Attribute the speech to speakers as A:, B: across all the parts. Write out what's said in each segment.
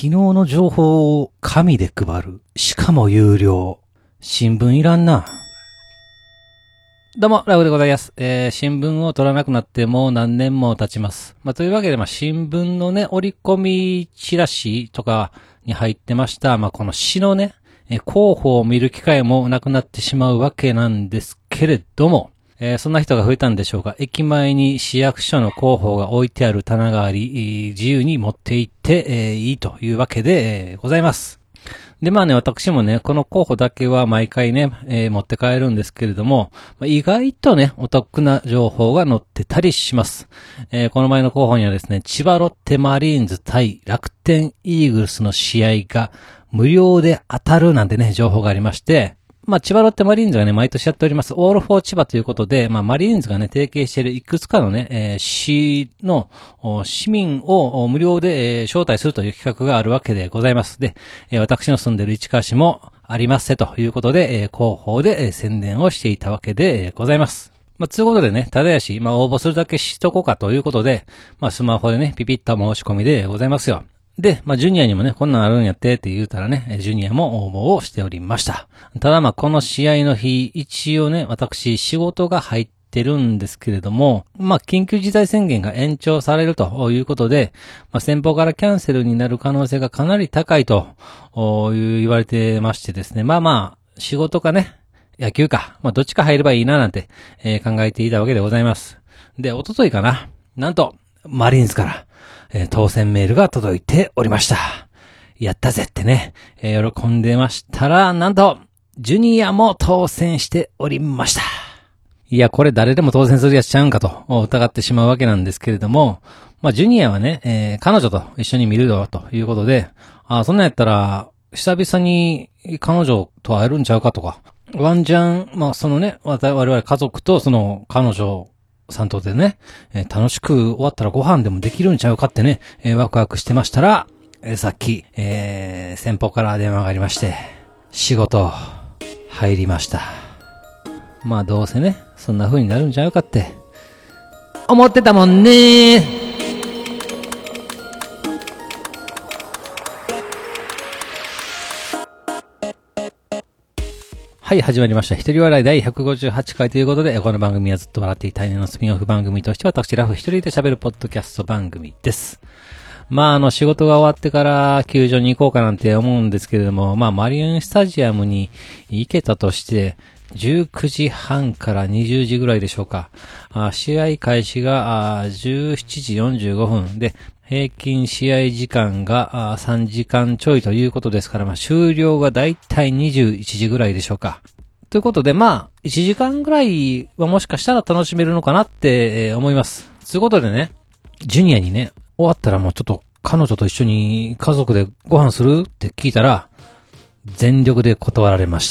A: 昨日の情報を紙で配る。しかも有料。新聞いらんな。どうも、ラフでございます。新聞を取らなくなってもう何年も経ちます。というわけで、新聞のね、折り込みチラシとかに入ってました、この詩のね、候補を見る機会もなくなってしまうわけなんですけれども、そんな人が増えたんでしょうか。駅前に市役所の広報が置いてある棚があり、自由に持って行って、いいというわけで、ございます。で、私もね、この候補だけは毎回ね、持って帰るんですけれども、意外とね、お得な情報が載ってたりします。この前の候補にはですね、千葉ロッテマリーンズ対楽天イーグルスの試合が無料で当たるなんてね、情報がありまして、千葉ロッテマリーンズがね、毎年やっております、オールフォー千葉ということで、マリーンズがね、提携しているいくつかのね、市の市民を無料で、招待するという企画があるわけでございます。で、私の住んでいる市川市もありますせということで、広報で、宣伝をしていたわけで、ございます。ということでね、ただやし、応募するだけしとこうかということで、スマホでね、ピピッと申し込みでございますよ。で、ジュニアにもね、こんなんあるんやって言うたらね、ジュニアも応募をしておりました。ただこの試合の日、一応ね、私仕事が入ってるんですけれども、緊急事態宣言が延長されるということで、先方からキャンセルになる可能性がかなり高いと言われてましてですね、仕事かね、野球か、どっちか入ればいいななんて、考えていたわけでございます。で、一昨日かな、なんと、マリーンズから、当選メールが届いておりました。やったぜってね、喜んでましたら、なんと、ジュニアも当選しておりました。いや、これ誰でも当選するやつちゃうんかと疑ってしまうわけなんですけれども、ジュニアはね、彼女と一緒に見るよということで、そんなんやったら、久々に彼女と会えるんちゃうかとか、ワンジャン、そのね、我々家族とその彼女、さんとでね、楽しく終わったらご飯でもできるんちゃうかってね、ワクワクしてましたら、さっき、先方から電話がありまして、仕事、入りました。どうせね、そんな風になるんちゃうかって、思ってたもんねー。はい、始まりました。一人笑い第158回ということで、この番組はずっと笑っていたいねのスピンオフ番組として、私ラフ一人で喋るポッドキャスト番組です。仕事が終わってから球場に行こうかなんて思うんですけれども、マリオンスタジアムに行けたとして、19時半から20時ぐらいでしょうか。試合開始が17時45分で、平均試合時間が3時間ちょいということですから、終了がだいたい21時ぐらいでしょうか。ということで、1時間ぐらいはもしかしたら楽しめるのかなって思います。ということでね、ジュニアにね、終わったらもうちょっと彼女と一緒に家族でご飯するって聞いたら、全力で断られました。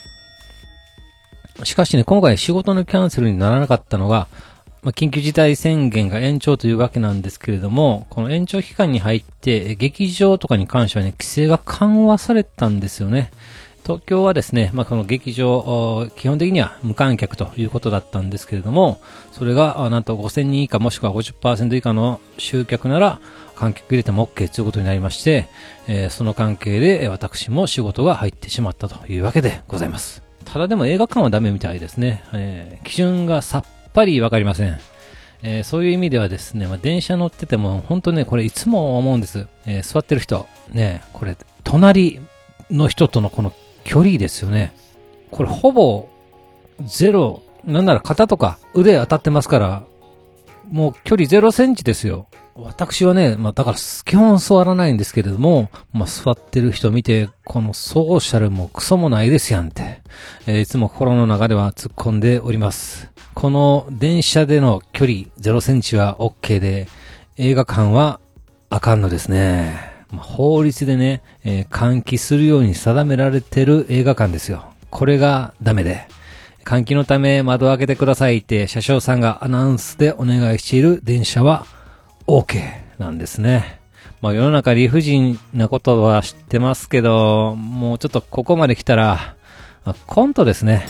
A: しかしね、今回仕事のキャンセルにならなかったのが、緊急事態宣言が延長というわけなんですけれども、この延長期間に入って、劇場とかに関してはね、規制が緩和されたんですよね。東京はですね、この劇場、基本的には無観客ということだったんですけれども、それが、なんと5000人以下もしくは 50% 以下の集客なら、観客入れても OK ということになりまして、その関係で私も仕事が入ってしまったというわけでございます。ただでも映画館はダメみたいですね。基準がさっぱりわかりません。そういう意味ではですね、電車乗ってても本当ね、これいつも思うんです。座ってる人、ね、これ隣の人とのこの距離ですよね。これほぼゼロ、なんなら肩とか腕当たってますから、もう距離0センチですよ。私はね、だから基本座らないんですけれども、座ってる人見て、このソーシャルもクソもないですやんって、いつも心の中では突っ込んでおります。この電車での距離0センチは OK で、映画館はあかんのですね。法律でね、換気するように定められてる映画館ですよ。これがダメで。換気のため窓を開けてくださいって車掌さんがアナウンスでお願いしている電車は OK なんですね。世の中理不尽なことは知ってますけど、もうちょっとここまで来たら、コントですね。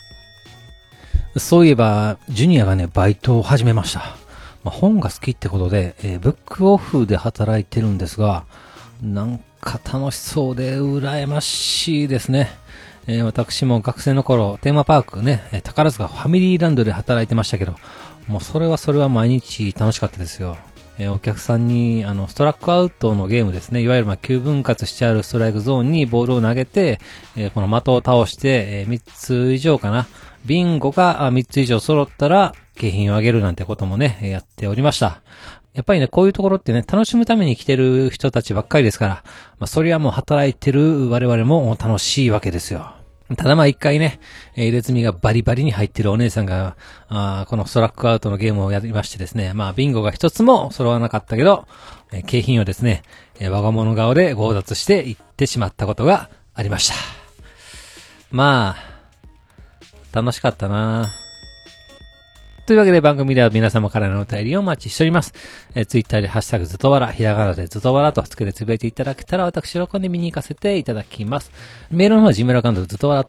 A: そういえば、ジュニアがね、バイトを始めました。本が好きってことで、ブックオフで働いてるんですが、 なんか楽しそうで羨ましいですね。私も学生の頃、テーマパークね、宝塚ファミリーランドで働いてましたけど、もうそれは毎日楽しかったですよ。お客さんに、ストラックアウトのゲームですね。いわゆる9分割してあるストライクゾーンにボールを投げて、この的を倒して、3つ以上かな。ビンゴが3つ以上揃ったら、景品をあげるなんてこともね、やっておりました。やっぱりね、こういうところってね、楽しむために来てる人たちばっかりですから、それはもう働いてる我々も楽しいわけですよ。ただ一回ね、入れ墨がバリバリに入ってるお姉さんが、このストラックアウトのゲームをやりましてですね、ビンゴが一つも揃わなかったけど、景品をですね、我が物顔で強奪していってしまったことがありました。楽しかったな。というわけで番組では皆様からのお便りをお待ちしております。ツイッターでハッシュタグずとわら、ひらがなでずとわらとつけてつぶやいていただけたら私喜んで見に行かせていただきます。メールの方は Gmail アカウントずとわら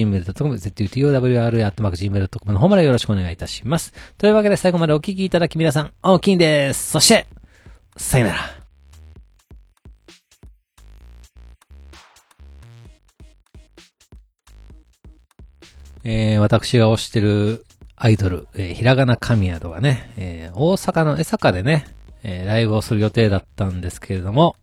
A: @gmail.com、zutowr@gmail.com の方までよろしくお願いいたします。というわけで最後までお聞きいただき皆さん、大きいんです。そして、さよなら。私が推してるアイドル、ひらがな神宿がね、大阪の江坂でね、ライブをする予定だったんですけれども、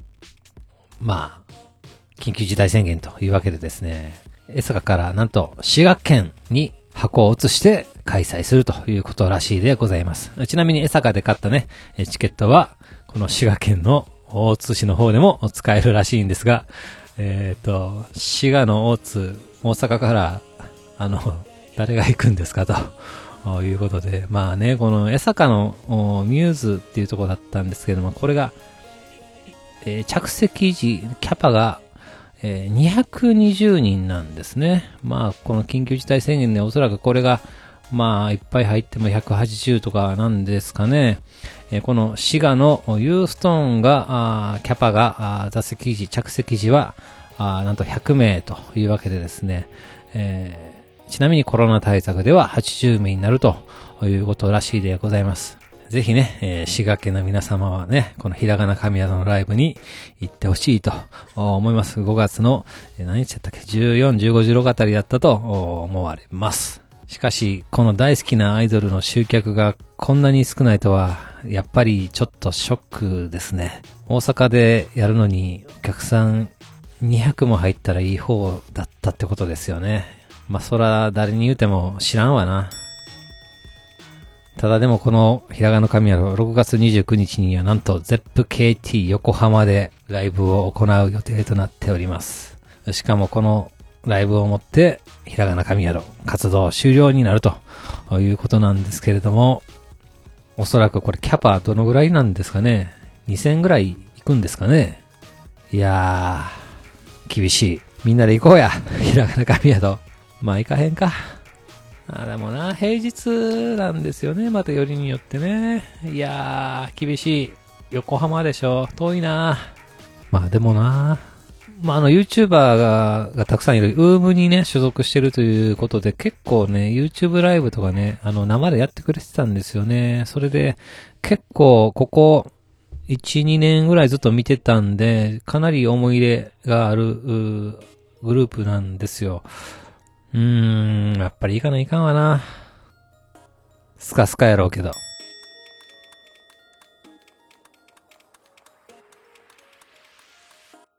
A: 緊急事態宣言というわけでですね、江坂からなんと滋賀県に箱を移して開催するということらしいでございます。ちなみに江坂で買ったね、チケットは、この滋賀県の大津市の方でも使えるらしいんですが、滋賀の大津、大阪から、誰が行くんですかと。いうことで、この江坂のミューズっていうところだったんですけども、これが、着席時、キャパが、220人なんですね。この緊急事態宣言でおそらくこれが、いっぱい入っても180とかなんですかね。この滋賀のユーストーンが、キャパが、座席時、着席時は、なんと100名というわけでですね、ちなみにコロナ対策では80名になるということらしいでございます。ぜひね、滋賀県の皆様はね、このひらがな神宿のライブに行ってほしいと思います。5月の、何日だったっけ ?14、15、16あたりだったと思われます。しかし、この大好きなアイドルの集客がこんなに少ないとは、やっぱりちょっとショックですね。大阪でやるのにお客さん200も入ったらいい方だったってことですよね。そら誰に言うても知らんわな。ただでもこのひらがな神宿6月29日にはなんと ZEPKT 横浜でライブを行う予定となっております。しかもこのライブをもってひらがな神宿活動終了になるということなんですけれども、おそらくこれキャパどのぐらいなんですかね。2000ぐらい行くんですかね。いやー、厳しい。みんなで行こうや。ひらがな神宿。行かへんか。でもな、平日なんですよね。またよりによってね。いやー、厳しい。横浜でしょ。遠いな。でもな。YouTuber がたくさんいる、ウームにね、所属してるということで、結構ね、YouTube ライブとかね、生でやってくれてたんですよね。それで、結構、ここ、1、2年ぐらいずっと見てたんで、かなり思い入れがある、グループなんですよ。やっぱりいかないかんわな。スカスカやろうけど。